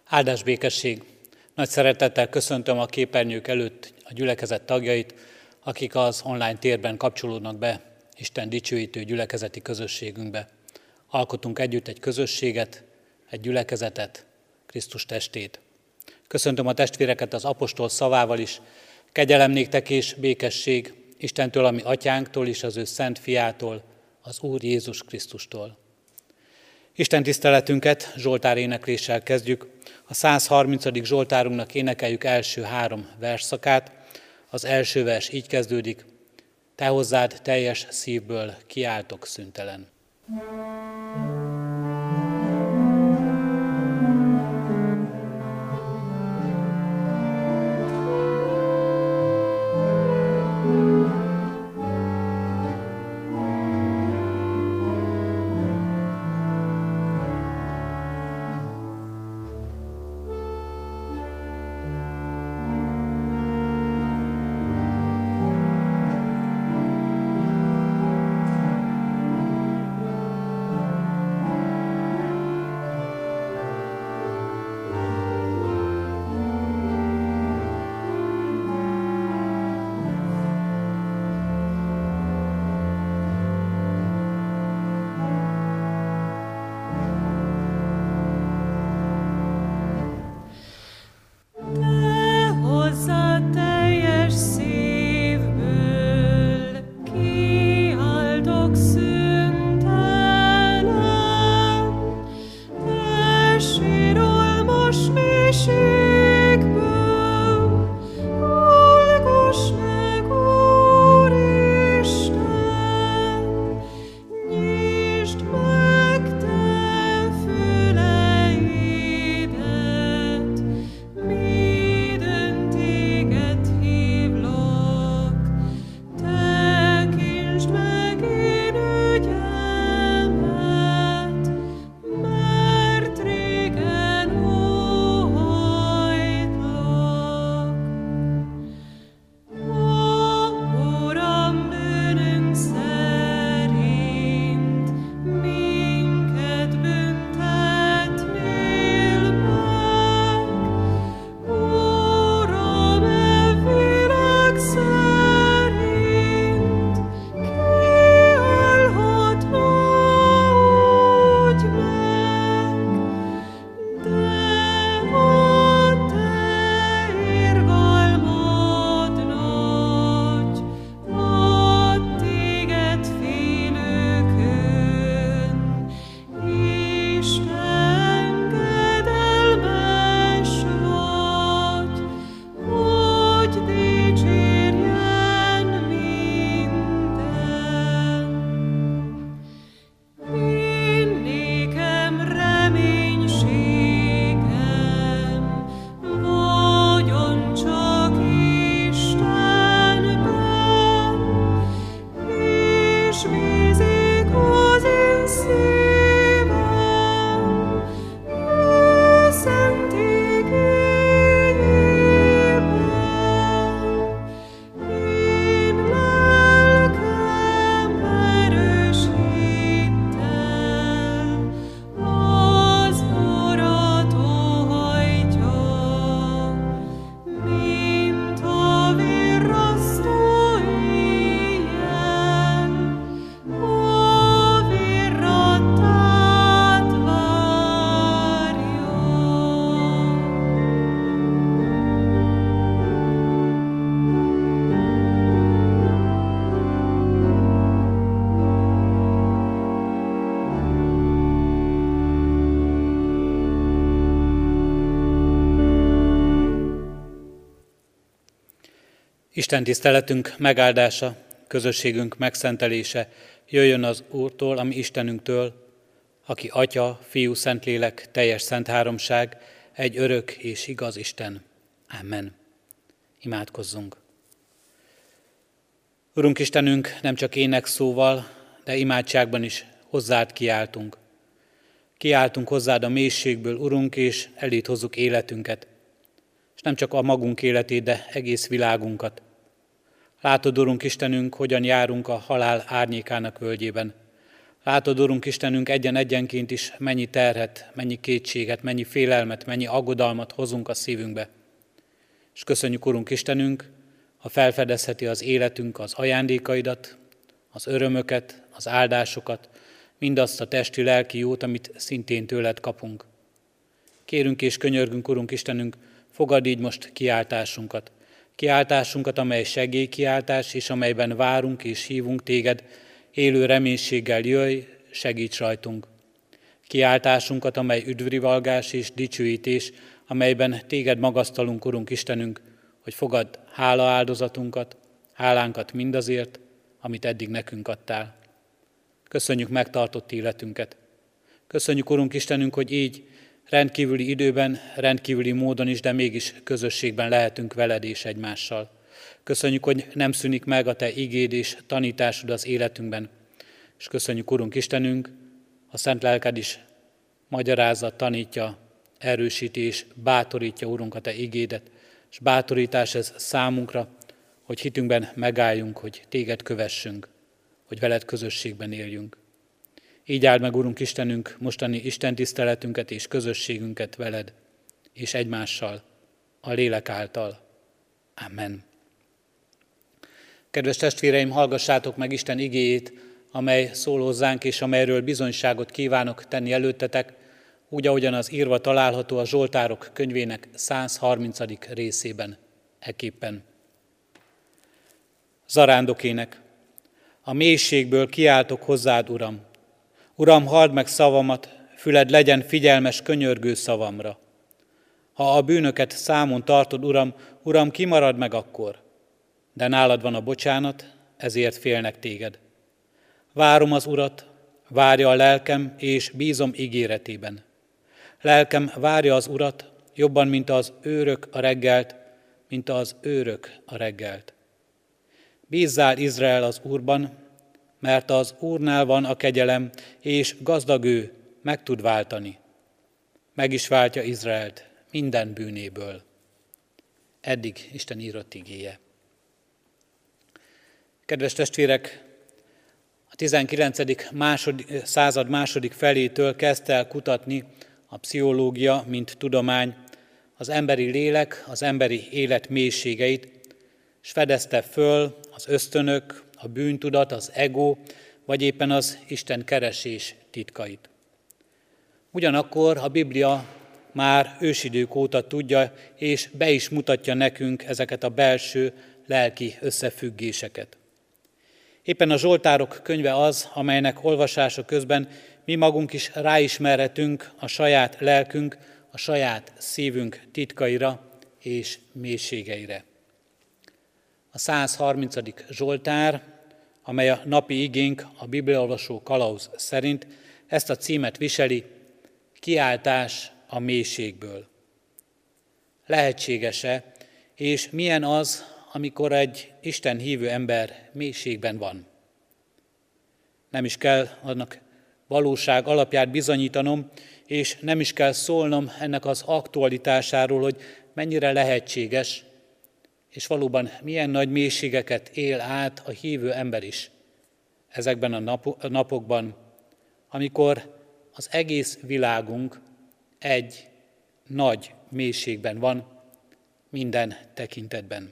Áldás békesség! Nagy szeretettel köszöntöm a képernyők előtt a gyülekezet tagjait, akik az online térben kapcsolódnak be Isten dicsőítő gyülekezeti közösségünkbe. Alkotunk együtt egy közösséget, egy gyülekezetet, Krisztus testét. Köszöntöm a testvéreket az apostol szavával is. Kegyelem néktek és békesség Istentől, a mi atyánktól és az ő szent fiától, az Úr Jézus Krisztustól. Isten tiszteletünket Zsoltár énekléssel kezdjük. A 130. Zsoltárunknak énekeljük első 3 versszakát. Az első vers így kezdődik: Te hozzád teljes szívből kiáltok szüntelen. Isten tiszteletünk megáldása, közösségünk megszentelése jöjjön az Úrtól, a mi Istenünktől, aki Atya, Fiú, Szentlélek, teljes szent háromság, egy örök és igaz Isten. Amen. Imádkozzunk. Urunk Istenünk, nem csak énekszóval, de imádságban is hozzád kiáltunk. Kiáltunk hozzád a mélységből, Urunk, és eléd hozzuk életünket. És nem csak a magunk életét, de egész világunkat. Látod, Urunk Istenünk, hogyan járunk a halál árnyékának völgyében. Látod, Urunk Istenünk, egyenként is mennyi terhet, mennyi kétséget, mennyi félelmet, mennyi aggodalmat hozunk a szívünkbe. És köszönjük, Urunk Istenünk, ha felfedezheti az életünk az ajándékaidat, az örömöket, az áldásokat, mindazt a testi, lelki jót, amit szintén tőled kapunk. Kérünk és könyörgünk, Urunk Istenünk, fogadd így most kiáltásunkat. Kiáltásunkat, amely segélykiáltás, és amelyben várunk és hívunk téged, élő reménységgel jöjj, segíts rajtunk. Kiáltásunkat, amely üdvrivalgás és dicsőítés, amelyben téged magasztalunk, Urunk Istenünk, hogy fogadd hálaáldozatunkat, hálánkat mindazért, amit eddig nekünk adtál. Köszönjük megtartott életünket. Köszönjük, Urunk Istenünk, hogy így rendkívüli időben, rendkívüli módon is, de mégis közösségben lehetünk veled és egymással. Köszönjük, hogy nem szűnik meg a te igéd és tanításod az életünkben. És köszönjük, Urunk Istenünk, a Szent Lelked is magyarázza, tanítja, erősíti és bátorítja, Urunk, a te igédet, és bátorítás ez számunkra, hogy hitünkben megálljunk, hogy téged kövessünk, hogy veled közösségben éljünk. Így áld meg, Urunk Istenünk, mostani istentiszteletünket és közösségünket veled, és egymással, a lélek által. Amen. Kedves testvéreim, hallgassátok meg Isten igéjét, amely szól hozzánk, és amelyről bizonyságot kívánok tenni előttetek, úgy, ahogyan az írva található a Zsoltárok könyvének 130. részében, ekképpen. Zarándokének, a mélységből kiáltok hozzád, Uram. Uram, halld meg szavamat, füled legyen figyelmes könyörgő szavamra. Ha a bűnöket számon tartod, Uram, Uram, ki marad meg akkor? De nálad van a bocsánat, ezért félnek téged. Várom az Urat, várja a lelkem, és bízom ígéretében. Lelkem várja az Urat, jobban, mint az őrök a reggelt, mint az őrök a reggelt. Bízzál, Izrael, az Úrban, mert az Úrnál van a kegyelem, és gazdag ő meg tud váltani. Meg is váltja Izraelt minden bűnéből. Eddig Isten írott igéje. Kedves testvérek, a 19. század második felétől kezdte el kutatni a pszichológia, mint tudomány, az emberi lélek, az emberi élet mélységeit, és fedezte föl az ösztönök, a bűntudat, az ego, vagy éppen az Isten keresés titkait. Ugyanakkor a Biblia már ősidők óta tudja, és be is mutatja nekünk ezeket a belső lelki összefüggéseket. Éppen a Zsoltárok könyve az, amelynek olvasása közben mi magunk is ráismerhetünk a saját lelkünk, a saját szívünk titkaira és mélységeire. A 130. Zsoltár, amely a napi igénk a bibliaolvasó kalauz szerint ezt a címet viseli, kiáltás a mélységből. Lehetséges-e, és milyen az, amikor egy Isten hívő ember mélységben van? Nem is kell annak valóság alapját bizonyítanom, és nem is kell szólnom ennek az aktualitásáról, hogy mennyire lehetséges, és valóban milyen nagy mélységeket él át a hívő ember is ezekben a napokban, amikor az egész világunk egy nagy mélységben van minden tekintetben.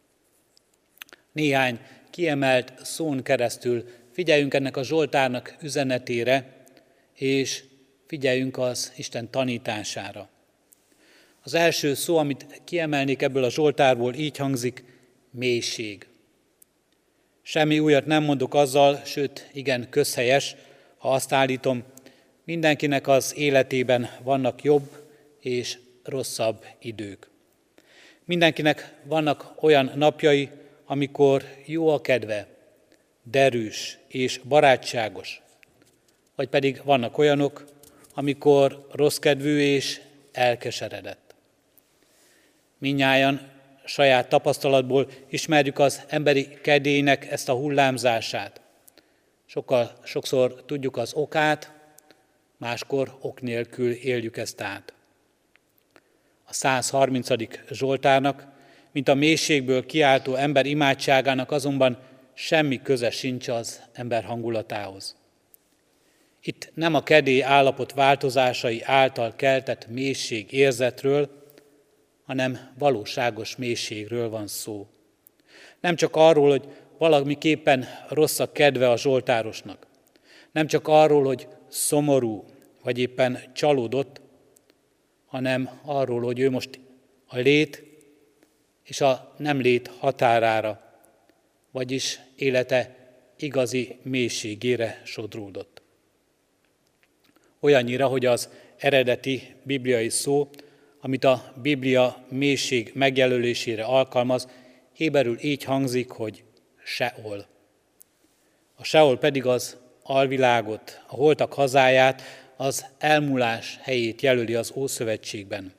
Néhány kiemelt szón keresztül figyeljünk ennek a Zsoltárnak üzenetére, és figyeljünk az Isten tanítására. Az első szó, amit kiemelnék ebből a Zsoltárból, így hangzik: mélység. Semmi újat nem mondok azzal, sőt, igen, közhelyes, ha azt állítom, mindenkinek az életében vannak jobb és rosszabb idők. Mindenkinek vannak olyan napjai, amikor jó a kedve, derűs és barátságos, vagy pedig vannak olyanok, amikor rossz kedvű és elkeseredett. Mindnyájan saját tapasztalatból ismerjük az emberi kedélynek ezt a hullámzását. Sokszor tudjuk az okát, máskor ok nélkül éljük ezt át. A 130. Zsoltárnak, mint a mélységből kiáltó ember imádságának azonban semmi köze sincs az ember hangulatához. Itt nem a kedély állapot változásai által keltett mélység érzetről, hanem valóságos mélységről van szó. Nem csak arról, hogy valamiképpen rossz a kedve a zsoltárosnak, nem csak arról, hogy szomorú, vagy éppen csalódott, hanem arról, hogy ő most a lét és a nem lét határára, vagyis élete igazi mélységére sodródott. Olyannyira, hogy az eredeti bibliai szó, amit a Biblia mélység megjelölésére alkalmaz, héberül így hangzik, hogy Seol. A Seol pedig az alvilágot, a holtak hazáját, az elmúlás helyét jelöli az Ószövetségben.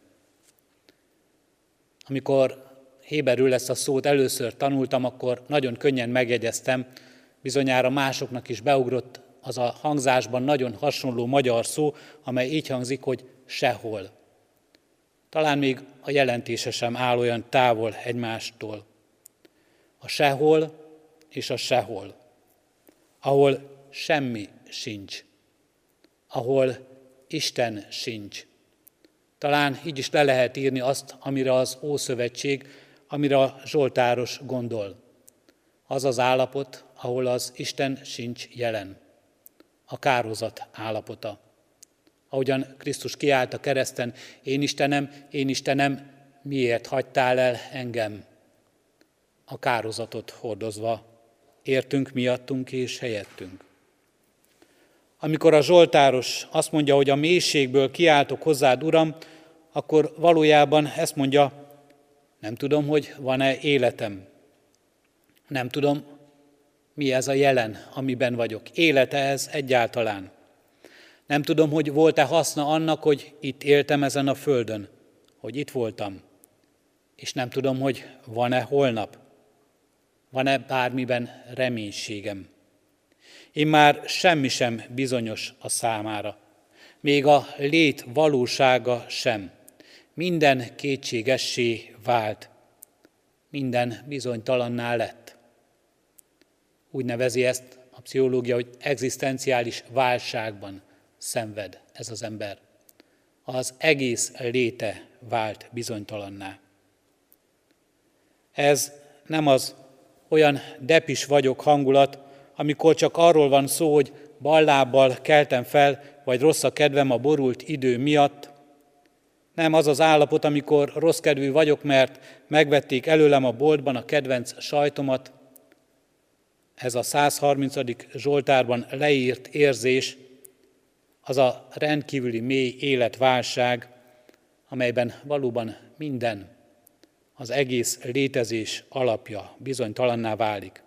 Amikor héberül ezt a szót először tanultam, akkor nagyon könnyen megjegyeztem, bizonyára másoknak is beugrott az a hangzásban nagyon hasonló magyar szó, amely így hangzik, hogy sehol. Talán még a jelentése sem áll olyan távol egymástól. A sehol és a sehol, ahol semmi sincs, ahol Isten sincs. Talán így is le lehet írni azt, amire az Ószövetség, amire a zsoltáros gondol. Az az állapot, ahol az Isten sincs jelen. A kárhozat állapota. Ahogyan Krisztus kiállt a kereszten, én Istenem, miért hagytál el engem? A kárhozatot hordozva, értünk, miattunk és helyettünk. Amikor a zsoltáros azt mondja, hogy a mélységből kiáltok hozzád, Uram, akkor valójában ezt mondja, nem tudom, hogy van-e életem. Nem tudom, mi ez a jelen, amiben vagyok. Élete ez egyáltalán. Nem tudom, hogy volt-e haszna annak, hogy itt éltem ezen a földön, hogy itt voltam. És nem tudom, hogy van-e holnap. Van-e bármiben reménységem. Én már semmi sem bizonyos a számára. Még a lét valósága sem. Minden kétségessé vált. Minden bizonytalanná lett. Úgy nevezi ezt a pszichológia, hogy egzisztenciális válságban szenved ez az ember. Az egész léte vált bizonytalanná. Ez nem az olyan depis vagyok hangulat, amikor csak arról van szó, hogy ballábbal keltem fel, vagy rossz a kedvem a borult idő miatt. Nem az az állapot, amikor rossz kedvű vagyok, mert megvették előlem a boltban a kedvenc sajtomat. Ez a 130. Zsoltárban leírt érzés, az a rendkívüli mély életválság, amelyben valóban minden, az egész létezés alapja bizonytalanná válik.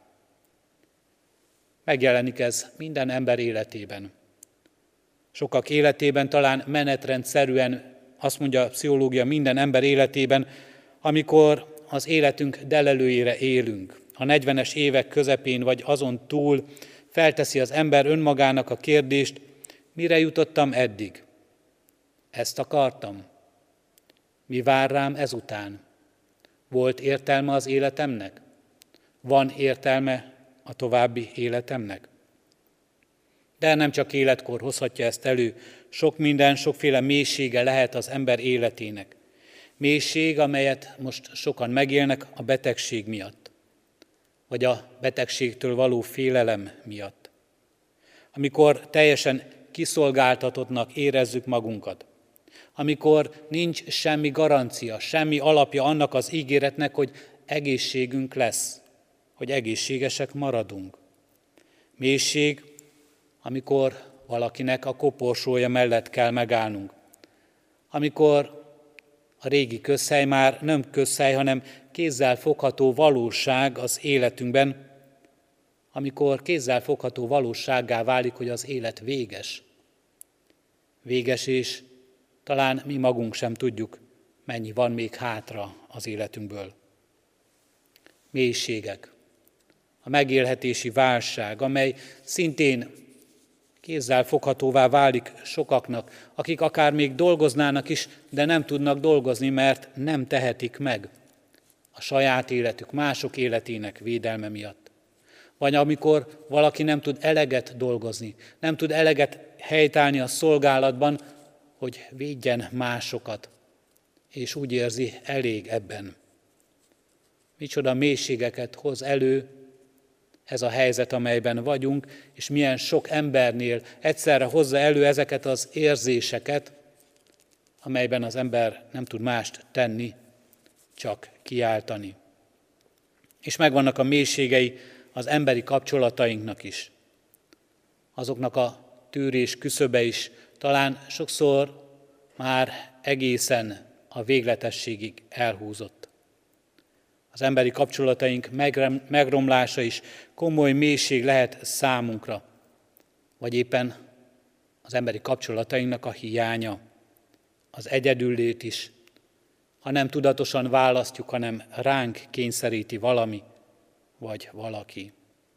Megjelenik ez minden ember életében. Sokak életében talán menetrendszerűen, azt mondja a pszichológia, minden ember életében, amikor az életünk delelőjére élünk. A 40-es évek közepén vagy azon túl felteszi az ember önmagának a kérdést, mire jutottam eddig? Ezt akartam? Mi vár rám ezután? Volt értelme az életemnek? Van értelme a további életemnek? De nem csak életkor hozhatja ezt elő, sok minden, sokféle mélysége lehet az ember életének. Mélység, amelyet most sokan megélnek a betegség miatt, vagy a betegségtől való félelem miatt. Amikor teljesen kiszolgáltatottnak érezzük magunkat, amikor nincs semmi garancia, semmi alapja annak az ígéretnek, hogy egészségünk lesz, hogy egészségesek maradunk. Mélység, amikor valakinek a koporsója mellett kell megállnunk. Amikor a régi közhely már nem közhely, hanem kézzel fogható valóság az életünkben, amikor kézzel fogható valósággá válik, hogy az élet véges. Véges, és talán mi magunk sem tudjuk, mennyi van még hátra az életünkből. Mélységek. A megélhetési válság, amely szintén kézzel foghatóvá válik sokaknak, akik akár még dolgoznának is, de nem tudnak dolgozni, mert nem tehetik meg a saját életük, mások életének védelme miatt. Vagy amikor valaki nem tud eleget dolgozni, nem tud eleget helytállni a szolgálatban, hogy védjen másokat, és úgy érzi, elég ebben. Micsoda mélységeket hoz elő ez a helyzet, amelyben vagyunk, és milyen sok embernél egyszerre hozza elő ezeket az érzéseket, amelyben az ember nem tud mást tenni, csak kiáltani. És megvannak a mélységei az emberi kapcsolatainknak is. Azoknak a tűrés küszöbe is talán sokszor már egészen a végletességig elhúzott. Az emberi kapcsolataink megromlása is komoly mélység lehet számunkra, vagy éppen az emberi kapcsolatainknak a hiánya, az egyedüllét is, ha nem tudatosan választjuk, hanem ránk kényszeríti valami vagy valaki.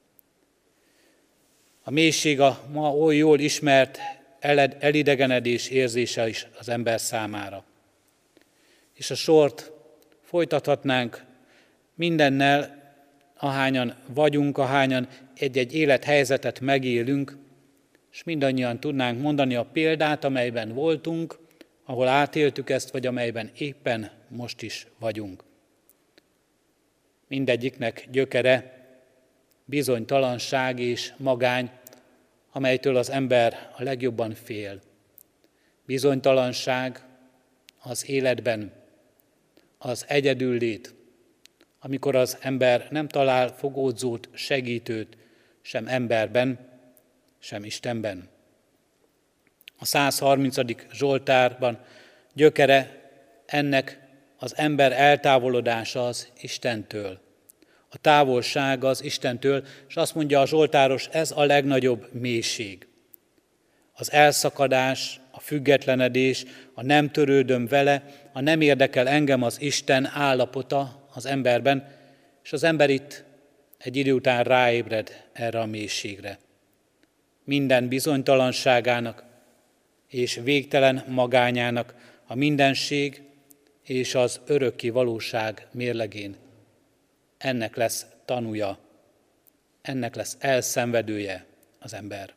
A mélység a ma oly jól ismert elidegenedés érzése is az ember számára. És a sort folytathatnánk mindennel, ahányan vagyunk, ahányan egy-egy élethelyzetet megélünk, és mindannyian tudnánk mondani a példát, amelyben voltunk, ahol átéltük ezt, vagy amelyben éppen most is vagyunk. Mindegyiknek gyökere bizonytalanság és magány, amelytől az ember a legjobban fél. Bizonytalanság az életben, az egyedüllét, amikor az ember nem talál fogódzót, segítőt, sem emberben, sem Istenben. A 130. Zsoltárban gyökere ennek az ember eltávolodása az Istentől. A távolság az Istentől, és azt mondja a zsoltáros, ez a legnagyobb mélység. Az elszakadás, a függetlenedés, a nem törődöm vele, a nem érdekel engem az Isten állapota az emberben, és az ember itt egy idő után ráébred erre a mélységre. Minden bizonytalanságának és végtelen magányának a mindenség és az örökké valóság mérlegén. Ennek lesz tanúja, ennek lesz elszenvedője az ember.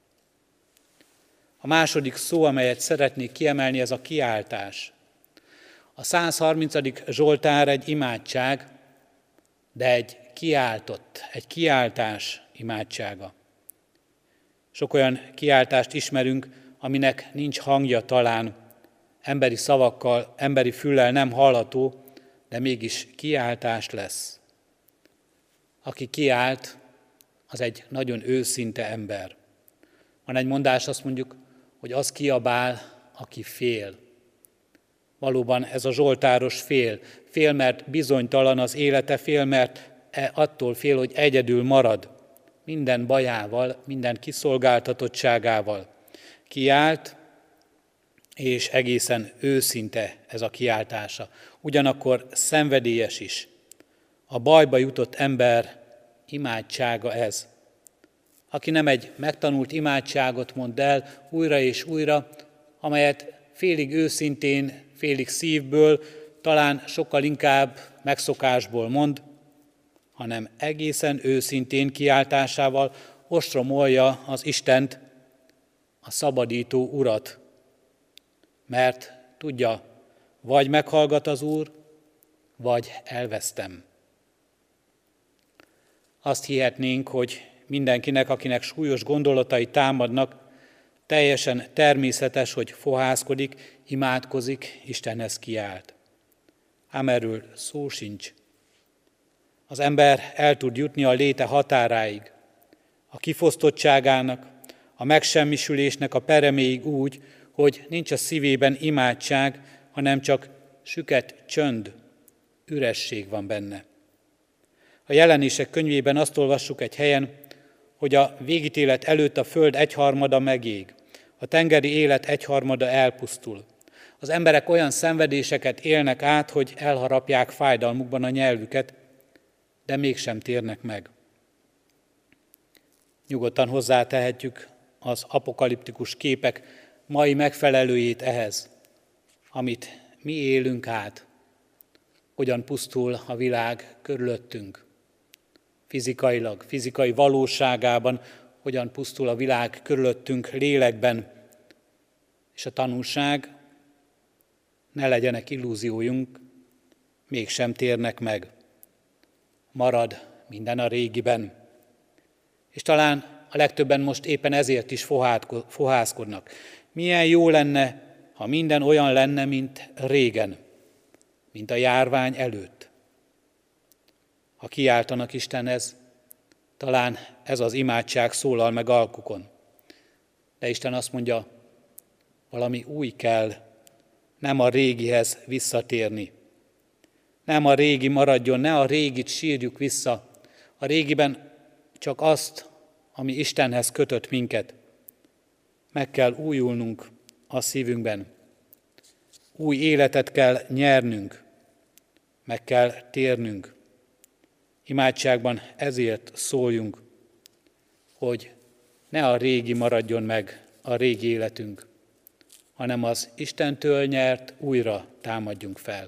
A második szó, amelyet szeretnék kiemelni, ez a kiáltás. A 130. Zsoltár egy imádság, de egy kiáltás imádsága. Sok olyan kiáltást ismerünk, aminek nincs hangja talán, emberi szavakkal, emberi füllel nem hallható, de mégis kiáltás lesz. Aki kiált, az egy nagyon őszinte ember. Van egy mondás, azt mondjuk, hogy az kiabál, aki fél. Valóban ez a zsoltáros fél. Fél, mert bizonytalan az élete, fél, mert attól fél, hogy egyedül marad. Minden bajával, minden kiszolgáltatottságával. Kiált, és egészen őszinte ez a kiáltása. Ugyanakkor szenvedélyes is. A bajba jutott ember imádsága ez. Aki nem egy megtanult imádságot mond el újra és újra, amelyet félig őszintén, félig szívből, talán sokkal inkább megszokásból mond, hanem egészen őszintén kiáltásával ostromolja az Istent, a szabadító Urat. Mert tudja, vagy meghallgat az Úr, vagy elvesztem. Azt hihetnénk, hogy mindenkinek, akinek súlyos gondolatai támadnak, teljesen természetes, hogy fohászkodik, imádkozik, Istenhez kiált. Ám erről szó sincs. Az ember el tud jutni a léte határáig, a kifosztottságának, a megsemmisülésnek a pereméig úgy, hogy nincs a szívében imádság, hanem csak süket csönd, üresség van benne. A Jelenések könyvében azt olvassuk egy helyen, hogy a végítélet előtt a föld egyharmada megég, a tengeri élet egyharmada elpusztul. Az emberek olyan szenvedéseket élnek át, hogy elharapják fájdalmukban a nyelvüket, de mégsem térnek meg. Nyugodtan hozzátehetjük az apokaliptikus képek mai megfelelőjét ehhez, amit mi élünk át, hogyan pusztul a világ körülöttünk. Fizikailag, fizikai valóságában hogyan pusztul a világ körülöttünk lélekben, és a tanulság, ne legyenek illúziójunk, mégsem térnek meg. Marad minden a régiben. És talán a legtöbben most éppen ezért is fohászkodnak. Milyen jó lenne, ha minden olyan lenne, mint régen, mint a járvány előtt. Ha kiáltanak Istenhez, talán ez az imádság szólal meg alkukon. De Isten azt mondja, valami új kell, nem a régihez visszatérni. Nem a régi maradjon, ne a régit sírjuk vissza. A régiben csak azt, ami Istenhez kötött minket. Meg kell újulnunk a szívünkben. Új életet kell nyernünk. Meg kell térnünk. Imádságban ezért szóljunk, hogy ne a régi maradjon meg, a régi életünk, hanem az Istentől nyert újra támadjunk fel.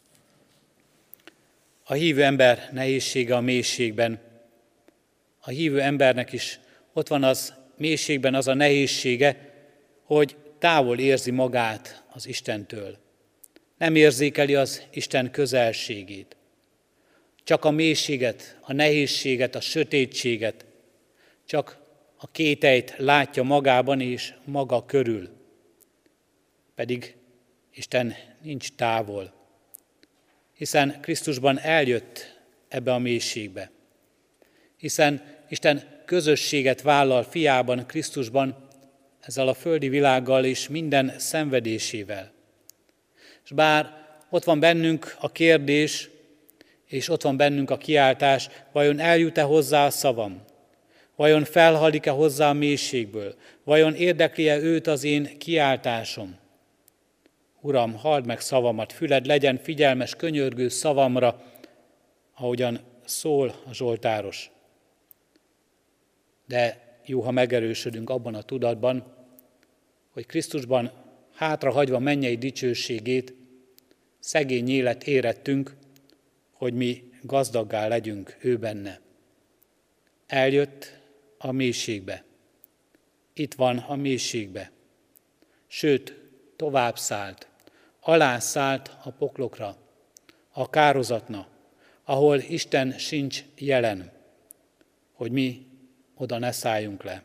A hívő ember nehézsége a mélységben. A hívő embernek is ott van az mélységben az a nehézsége, hogy távol érzi magát az Istentől. Nem érzékeli az Isten közelségét. Csak a mélységet, a nehézséget, a sötétséget, csak a kételyt látja magában és maga körül. Pedig Isten nincs távol, hiszen Krisztusban eljött ebbe a mélységbe. Hiszen Isten közösséget vállal fiában, Krisztusban, ezzel a földi világgal és minden szenvedésével. És bár ott van bennünk a kérdés, és ott van bennünk a kiáltás, vajon eljut-e hozzá a szavam? Vajon felhallik-e hozzá a mélységből? Vajon érdekli-e őt az én kiáltásom? Uram, halld meg szavamat, füled legyen figyelmes, könyörgő szavamra, ahogyan szól a zsoltáros. De jó, ha megerősödünk abban a tudatban, hogy Krisztusban hátrahagyva mennyei dicsőségét, szegény élet érettünk, hogy mi gazdaggá legyünk ő benne. Eljött a mélységbe. Itt van a mélységbe. Sőt, tovább szállt, alászállt a poklokra, a kározatna, ahol Isten sincs jelen, hogy mi oda ne szálljunk le.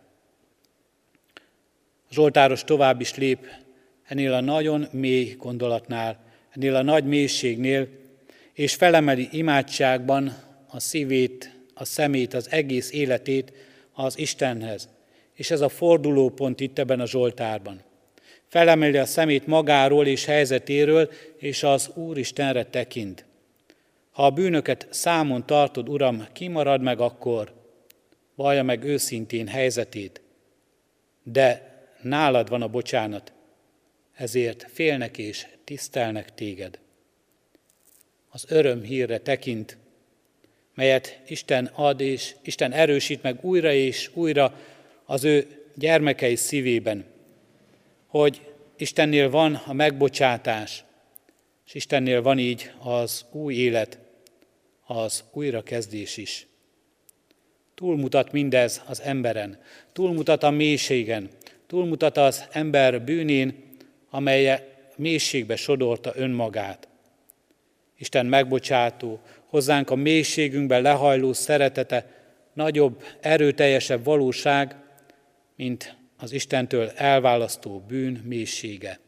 A zsoltáros tovább is lép ennél a nagyon mély gondolatnál, ennél a nagy mélységnél, és felemeli imádságban a szívét, a szemét, az egész életét az Istenhez. És ez a fordulópont itt ebben a zsoltárban. Felemeli a szemét magáról és helyzetéről, és az Úristenre tekint. Ha a bűnöket számon tartod, Uram, kimarad meg akkor, vallja meg őszintén helyzetét. De nálad van a bocsánat, ezért félnek és tisztelnek téged. Az örömhírre tekint, melyet Isten ad, és Isten erősít meg újra és újra az ő gyermekei szívében, hogy Istennél van a megbocsátás, és Istennél van így az új élet, az újrakezdés is. Túlmutat mindez az emberen, túlmutat a mélységen, túlmutat az ember bűnén, amelye mélységbe sodorta önmagát. Isten megbocsátó, hozzánk a mélységünkben lehajló szeretete nagyobb, erőteljesebb valóság, mint az Istentől elválasztó bűn mélysége.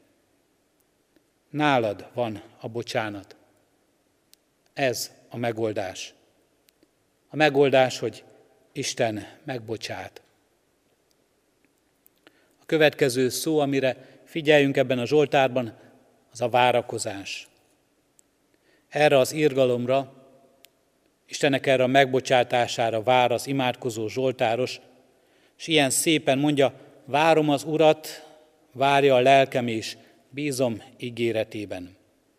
Nálad van a bocsánat. Ez a megoldás. A megoldás, hogy Isten megbocsát. A következő szó, amire figyeljünk ebben a zsoltárban, az a várakozás. Erre az irgalomra, Istennek erre a megbocsátására vár az imádkozó zsoltáros, és ilyen szépen mondja, várom az Urat, várja a lelkem és bízom ígéretében.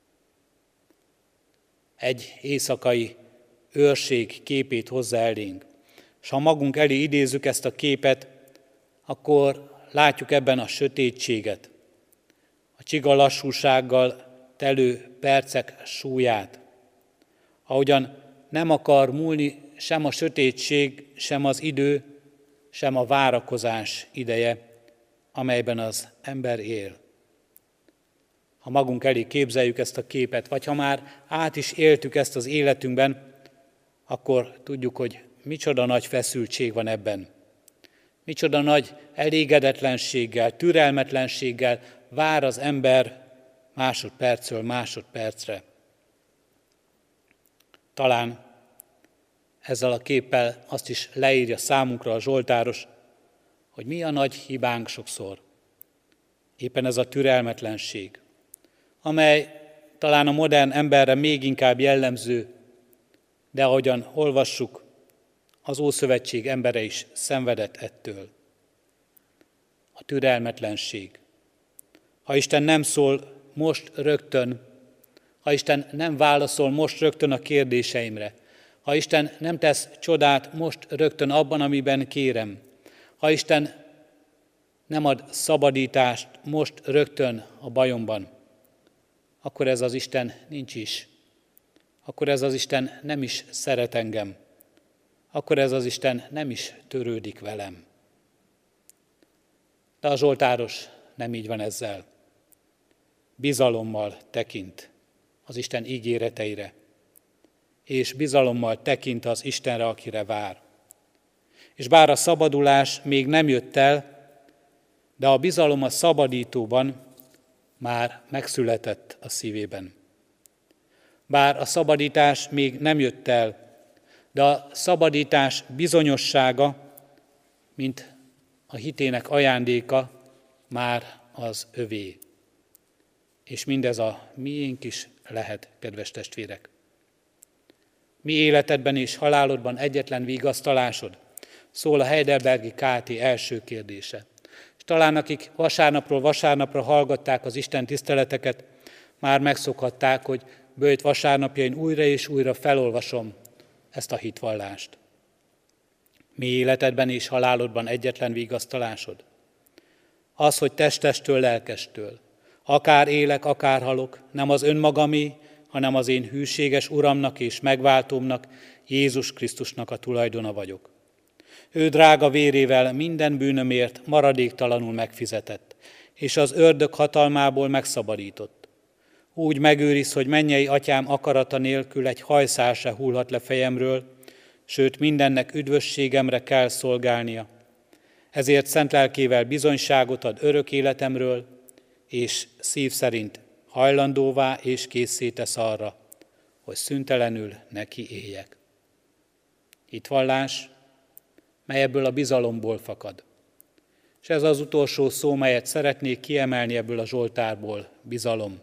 Egy éjszakai őrség képét hozza elénk. És ha magunk elé idézzük ezt a képet, akkor látjuk ebben a sötétséget, a csiga lassúsággal telő percek súlyát, ahogyan nem akar múlni sem a sötétség, sem az idő, sem a várakozás ideje, amelyben az ember él. Ha magunk elé képzeljük ezt a képet, vagy ha már át is éltük ezt az életünkben, akkor tudjuk, hogy micsoda nagy feszültség van ebben. Micsoda nagy elégedetlenséggel, türelmetlenséggel vár az ember másodpercről másodpercre. Talán ezzel a képpel azt is leírja számunkra a zsoltáros, hogy mi a nagy hibánk sokszor. Éppen ez a türelmetlenség, amely talán a modern emberre még inkább jellemző, de ahogyan olvassuk, az Ószövetség embere is szenvedett ettől. A türelmetlenség. Ha Isten nem szól most rögtön, ha Isten nem válaszol most rögtön a kérdéseimre, ha Isten nem tesz csodát most rögtön abban, amiben kérem, ha Isten nem ad szabadítást most rögtön a bajomban, akkor ez az Isten nincs is. Akkor ez az Isten nem is szeret engem. Akkor ez az Isten nem is törődik velem. De a zsoltáros nem így van ezzel. Bizalommal tekint az Isten ígéreteire, és bizalommal tekint az Istenre, akire vár. És bár a szabadulás még nem jött el, de a bizalom a szabadítóban már megszületett a szívében. Bár a szabadítás még nem jött el, de a szabadítás bizonyossága, mint a hitének ajándéka, már az övé. És mindez a miénk is lehet, kedves testvérek. Mi életedben és halálodban egyetlen vigasztalásod? Szól a Heidelbergi KT első kérdése. És talán akik vasárnapról vasárnapra hallgatták az Isten tiszteleteket, már megszokhatták, hogy böjt vasárnapjain újra és újra felolvasom ezt a hitvallást. Mi életedben és halálodban egyetlen vigasztalásod? Az, hogy testestől, lelkestől, akár élek, akár halok, nem az önmagamé, hanem az én hűséges Uramnak és megváltómnak, Jézus Krisztusnak a tulajdona vagyok. Ő drága vérével minden bűnömért maradéktalanul megfizetett, és az ördög hatalmából megszabadított. Úgy megőriz, hogy mennyei atyám akarata nélkül egy hajszál se hullhat le fejemről, sőt mindennek üdvösségemre kell szolgálnia. Ezért szent lelkével bizonyságot ad örök életemről, és szív szerint hajlandóvá és készé tesz arra, hogy szüntelenül neki éljek. Hitvallás, mely ebből a bizalomból fakad. És ez az utolsó szó, melyet szeretnék kiemelni ebből a zsoltárból, bizalom.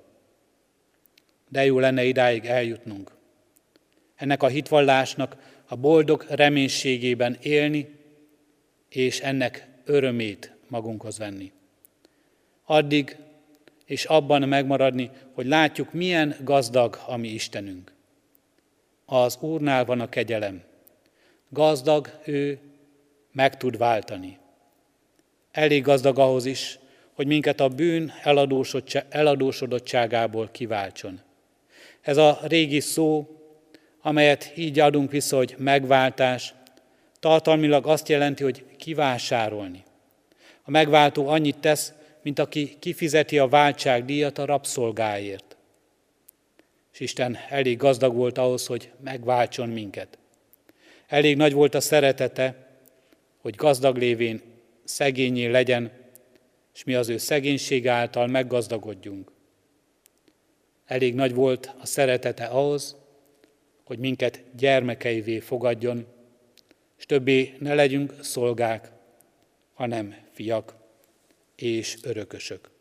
De jó lenne idáig eljutnunk. Ennek a hitvallásnak a boldog reménységében élni, és ennek örömét magunkhoz venni. Addig és abban megmaradni, hogy látjuk, milyen gazdag a mi Istenünk. Az Úrnál van a kegyelem. Gazdag ő, meg tud váltani. Elég gazdag ahhoz is, hogy minket a bűn eladósodottságából kiváltson. Ez a régi szó, amelyet így adunk vissza, hogy megváltás, tartalmilag azt jelenti, hogy kivásárolni. A megváltó annyit tesz, mint aki kifizeti a váltságdíjat a rabszolgáért. És Isten elég gazdag volt ahhoz, hogy megváltson minket. Elég nagy volt a szeretete, hogy gazdag lévén szegényé legyen, és mi az ő szegénység által meggazdagodjunk. Elég nagy volt a szeretete ahhoz, hogy minket gyermekeivé fogadjon, és többé ne legyünk szolgák, hanem fiak és örökösök.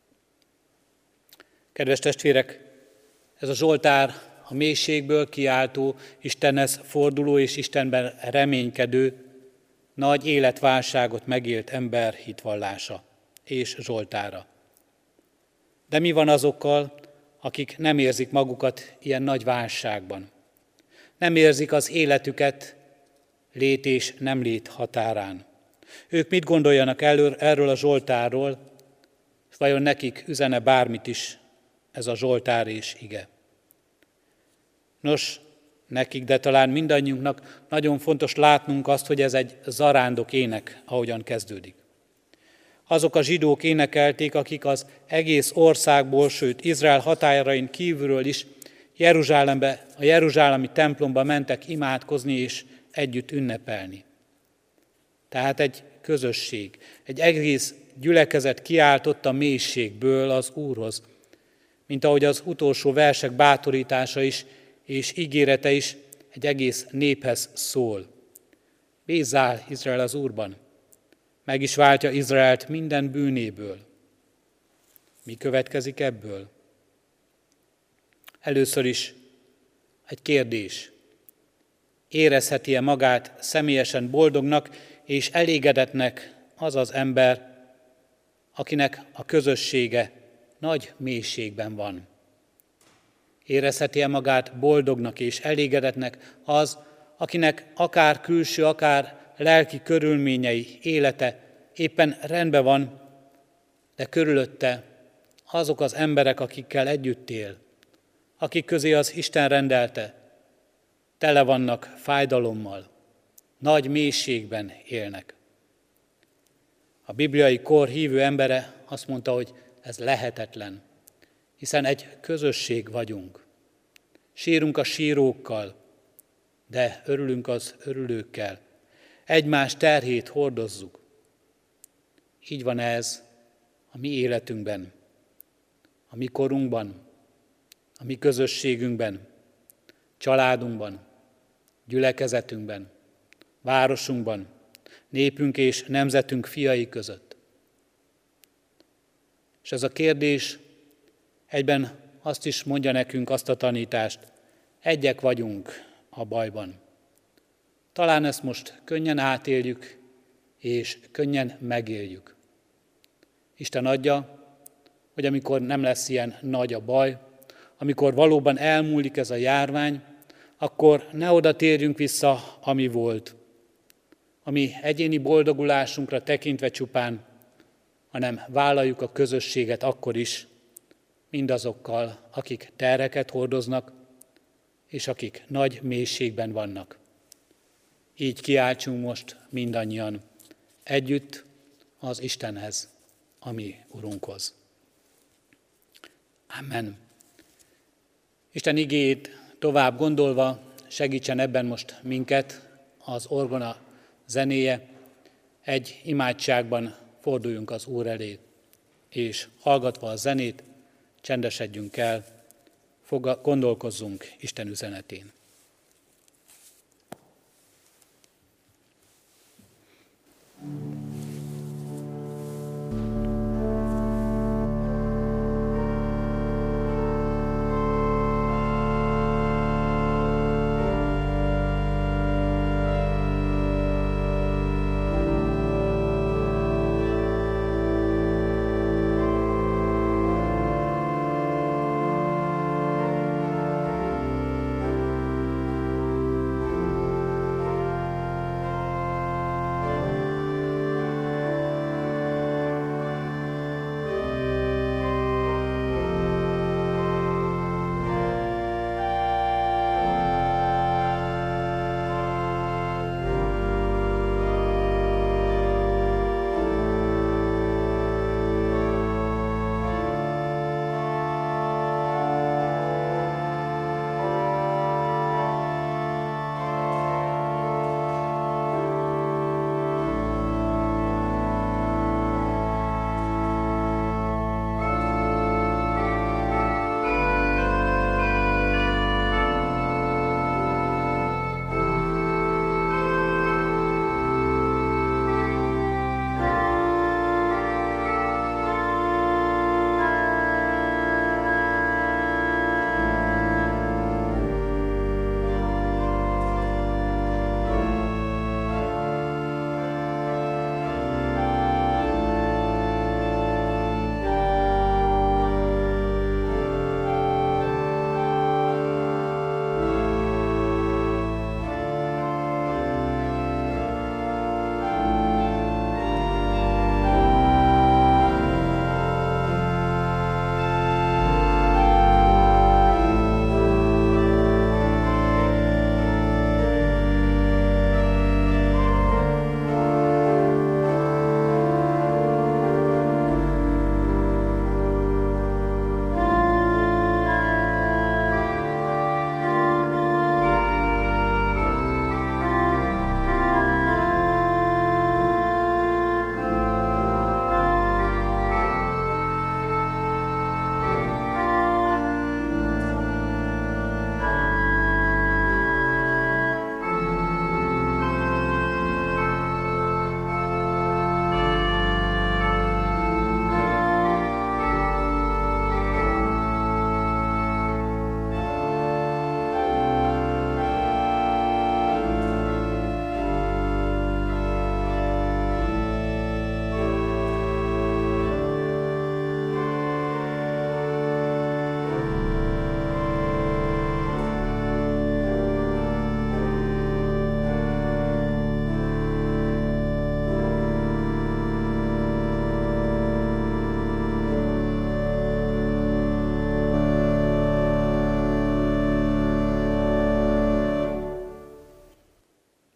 Kedves testvérek, ez a zsoltár a mélységből kiáltó, Istenhez forduló és Istenben reménykedő, nagy életválságot megélt ember hitvallása és zsoltára. De mi van azokkal, akik nem érzik magukat ilyen nagy válságban? Nem érzik az életüket lét és nem lét határán. Ők mit gondoljanak erről a zsoltárról, és vajon nekik üzene bármit is ez a zsoltár és ige? Nos, nekik, de talán mindannyiunknak nagyon fontos látnunk azt, hogy ez egy zarándok ének, ahogyan kezdődik. Azok a zsidók énekelték, akik az egész országból, sőt Izrael határain kívülről is Jeruzsálembe, a jeruzsálemi templomba mentek imádkozni és együtt ünnepelni. Tehát egy közösség, egy egész gyülekezet kiáltott a mélységből az Úrhoz, mint ahogy az utolsó versek bátorítása is és ígérete is egy egész néphez szól. Bízzál Izrael az Úrban, meg is váltja Izraelt minden bűnéből. Mi következik ebből? Először is egy kérdés. Érezheti-e magát személyesen boldognak és elégedetnek az az ember, akinek a közössége nagy mélységben van? Érezheti-e magát boldognak és elégedetnek az, akinek akár külső, akár lelki körülményei, élete éppen rendben van, de körülötte azok az emberek, akikkel együtt él, akik közé az Isten rendelte, tele vannak fájdalommal, nagy mélységben élnek. A bibliai kor hívő embere azt mondta, hogy ez lehetetlen, hiszen egy közösség vagyunk. Sírunk a sírókkal, de örülünk az örülőkkel. Egymás terhét hordozzuk. Így van ez a mi életünkben, a mi korunkban, a mi közösségünkben, családunkban, gyülekezetünkben, városunkban, népünk és nemzetünk fiai között. És ez a kérdés egyben azt is mondja nekünk, azt a tanítást, egyek vagyunk a bajban. Talán ezt most könnyen átéljük, és könnyen megéljük. Isten adja, hogy amikor nem lesz ilyen nagy a baj, amikor valóban elmúlik ez a járvány, akkor ne oda térjünk vissza, ami volt, ami egyéni boldogulásunkra tekintve csupán, hanem vállaljuk a közösséget akkor is, mindazokkal, akik terheket hordoznak, és akik nagy mélységben vannak. Így kiáltsunk most mindannyian együtt az Istenhez, a mi Urunkhoz. Amen. Isten igéjét tovább gondolva segítsen ebben most minket az orgona zenéje. Egy imádságban forduljunk az Úr elé, és hallgatva a zenét csendesedjünk el, gondolkozzunk Isten üzenetén.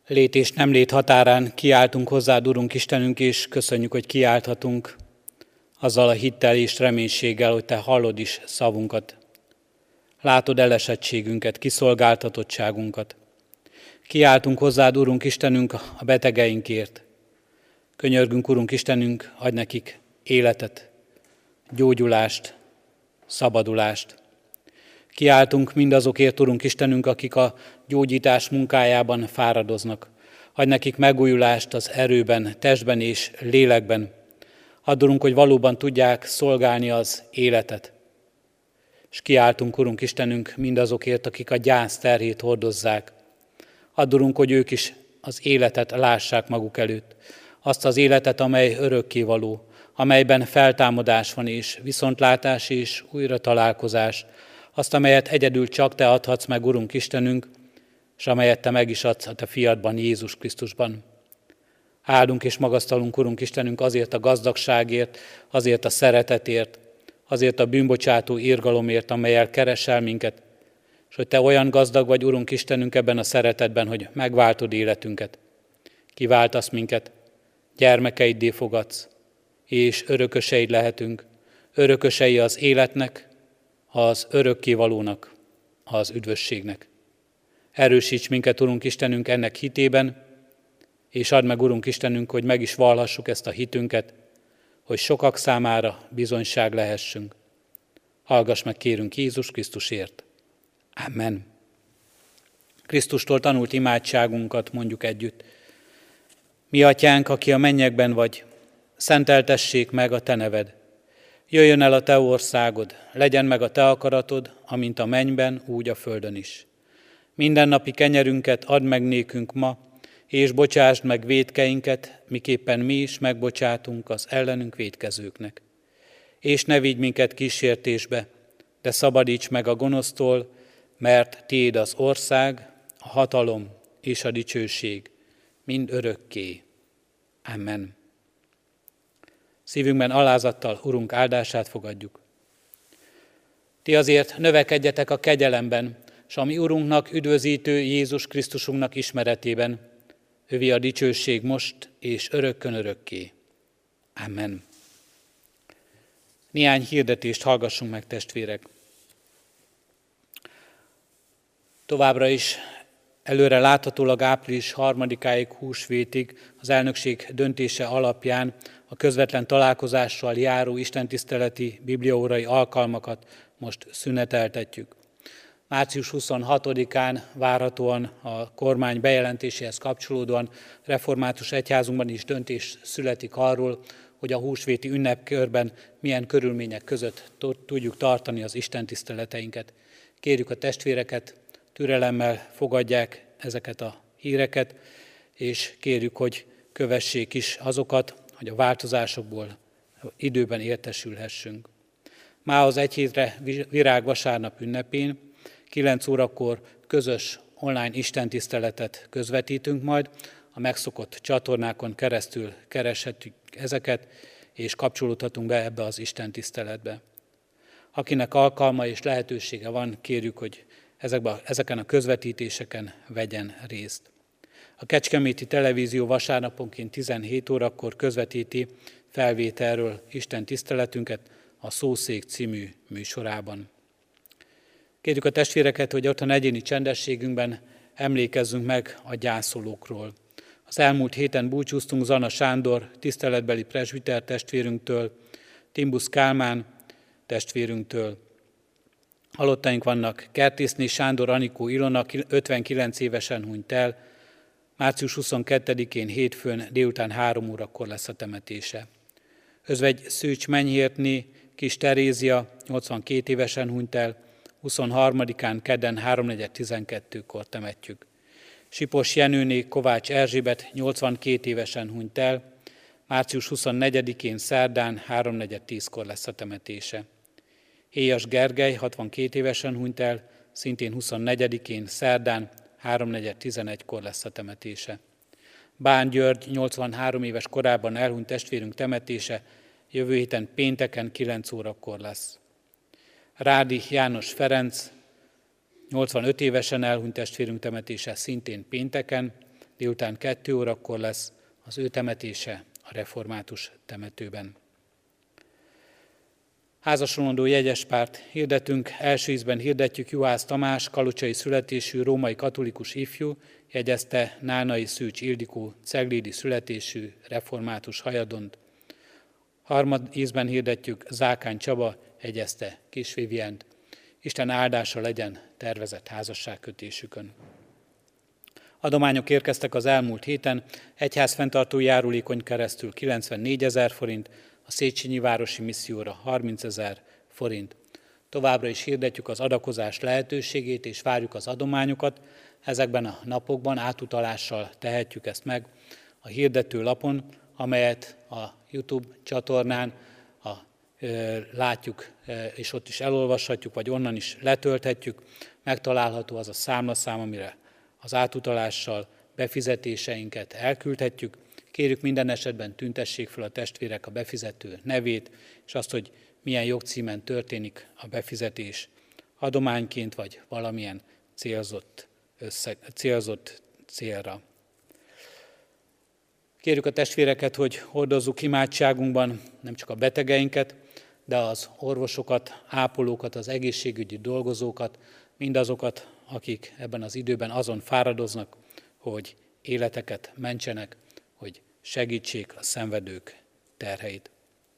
Lét és nem lét határán kiáltunk hozzád, Urunk Istenünk, és köszönjük, hogy kiálthatunk azzal a hittel és reménységgel, hogy Te hallod is szavunkat. Látod elesettségünket, kiszolgáltatottságunkat. Kiáltunk hozzád, Urunk Istenünk, a betegeinkért. Könyörgünk, Urunk Istenünk, adj nekik életet, gyógyulást, szabadulást. Kiáltunk mindazokért, Urunk Istenünk, akik a gyógyítás munkájában fáradoznak. Adj nekik megújulást az erőben, testben és lélekben. Add, Urunk, hogy valóban tudják szolgálni az életet. És kiáltunk, Urunk Istenünk, mindazokért, akik a gyász terhét hordozzák. Add, Urunk, hogy ők is az életet lássák maguk előtt. Azt az életet, amely örökkévaló, amelyben feltámadás van és viszontlátás és újra találkozás. Azt, amelyet egyedül csak Te adhatsz meg, Urunk Istenünk, és amelyet Te meg is adsz a Te fiadban, Jézus Krisztusban. Áldunk és magasztalunk, Urunk Istenünk, azért a gazdagságért, azért a szeretetért, azért a bűnbocsátó irgalomért, amellyel keresel minket, és hogy Te olyan gazdag vagy, Urunk Istenünk, ebben a szeretetben, hogy megváltod életünket. Kiváltasz minket, gyermekeiddé fogadsz, és örököseid lehetünk, örökösei az életnek, az örökkévalónak, az üdvösségnek. Erősíts minket, Urunk Istenünk, ennek hitében, és add meg, Urunk Istenünk, hogy meg is vallhassuk ezt a hitünket, hogy sokak számára bizonyság lehessünk. Hallgass meg, kérünk, Jézus Krisztusért. Amen. Krisztustól tanult imádságunkat mondjuk együtt. Mi atyánk, aki a mennyekben vagy, szenteltessék meg a Te neved. Jöjjön el a Te országod, legyen meg a Te akaratod, amint a mennyben, úgy a földön is. Mindennapi kenyerünket add meg nékünk ma, és bocsásd meg vétkeinket, miképpen mi is megbocsátunk az ellenünk vétkezőknek. És ne vigy minket kísértésbe, de szabadíts meg a gonosztól, mert Tiéd az ország, a hatalom és a dicsőség, mind örökké. Amen. Szívünkben alázattal Urunk áldását fogadjuk. Ti azért növekedjetek a kegyelemben, s a mi Urunknak, üdvözítő Jézus Krisztusunknak ismeretében. Övé a dicsőség most és örökkön örökké. Amen. Néhány hirdetést hallgassunk meg, testvérek. Továbbra is előre láthatólag április 3-áig, húsvétig az elnökség döntése alapján a közvetlen találkozással járó istentiszteleti bibliaórai alkalmakat most szüneteltetjük. Március 26-án várhatóan a kormány bejelentéséhez kapcsolódóan református egyházunkban is döntés születik arról, hogy a húsvéti ünnepkörben milyen körülmények között tudjuk tartani az istentiszteleteinket. Kérjük a testvéreket, türelemmel fogadják ezeket a híreket, és kérjük, hogy kövessék is azokat, hogy a változásokból időben értesülhessünk. Mához egy hétre virágvasárnap ünnepén 9 órakor közös online istentiszteletet közvetítünk majd, a megszokott csatornákon keresztül kereshetjük ezeket, és kapcsolódhatunk be ebbe az istentiszteletbe. Akinek alkalma és lehetősége van, kérjük, hogy ezeken a közvetítéseken vegyen részt. A Kecskeméti Televízió vasárnaponként 17 órakor közvetíti felvételről Isten tiszteletünket a Szószék című műsorában. Kérjük a testvéreket, hogy otthon egyéni csendességünkben emlékezzünk meg a gyászolókról. Az elmúlt héten búcsúztunk Zana Sándor tiszteletbeli presbiter testvérünktől, Timbusz Kálmán testvérünktől. Halottaink vannak: Kertészné Sándor Anikó Ilona 59 évesen hunyt el, március 22-én hétfőn délután 3 órakor lesz a temetése. Özvegy Szűcs Menyhértné Kis Terézia 82 évesen hunyt el, 23-án kedden 3:12-kor temetjük. Sipos Jenőné Kovács Erzsébet 82 évesen hunyt el, március 24-én szerdán 3:10-kor lesz a temetése. Héjas Gergely 62 évesen hunyt el, szintén 24-én szerdán 3:11-kor lesz a temetése. Bán György 83 éves korában elhunyt testvérünk temetése jövő héten pénteken 9 órakor lesz. Rádi János Ferenc 85 évesen elhunyt testvérünk temetése szintén pénteken délután 2 órakor lesz az ő temetése a református temetőben. Házasromlandó jegyespárt hirdetünk, első ízben hirdetjük Juhász Tamás, kalocsai születésű római katolikus ifjú, jegyezte Nánai Szűcs Ildikó, ceglédi születésű református hajadont. Harmad ízben hirdetjük Zákány Csaba, jegyezte Kis Vivient. Isten áldása legyen tervezett házasságkötésükön. Adományok érkeztek az elmúlt héten, egyházfenntartó járulékony keresztül 94 000 forint, a Széchenyi Városi Misszióra 30 000 forint. Továbbra is hirdetjük az adakozás lehetőségét, és várjuk az adományokat. Ezekben a napokban átutalással tehetjük ezt meg a hirdető lapon, amelyet a YouTube csatornán látjuk, és ott is elolvashatjuk, vagy onnan is letölthetjük. Megtalálható az a számlaszám, amire az átutalással befizetéseinket elküldhetjük. Kérjük minden esetben tüntessék fel a testvérek a befizető nevét, és azt, hogy milyen jogcímen történik a befizetés, adományként vagy valamilyen célzott célra. Kérjük a testvéreket, hogy hordozzuk imádságunkban nem csak a betegeinket, de az orvosokat, ápolókat, az egészségügyi dolgozókat, mindazokat, akik ebben az időben azon fáradoznak, hogy életeket mentsenek, hogy segítsék a szenvedők terheit.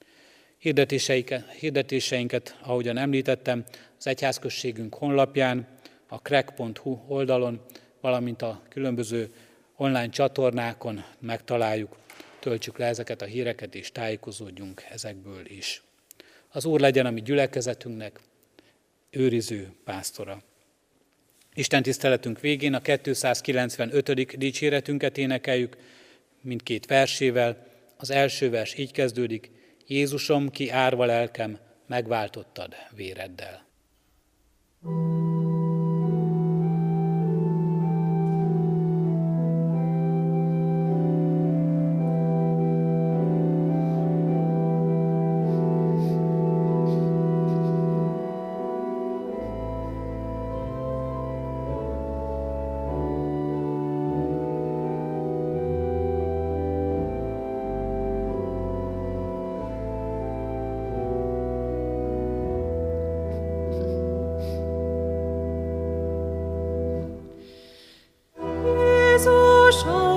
Hirdetéseinket, ahogyan említettem, az egyházközségünk honlapján, a krek.hu oldalon, valamint a különböző online csatornákon megtaláljuk, töltsük le ezeket a híreket és tájékozódjunk ezekből is. Az Úr legyen a mi gyülekezetünknek őriző pásztora. Isten tiszteletünk végén a 295. dicséretünket énekeljük mindkét versével. Az első vers így kezdődik: Jézusom, ki árva lelkem, megváltottad véreddel. Jézusom,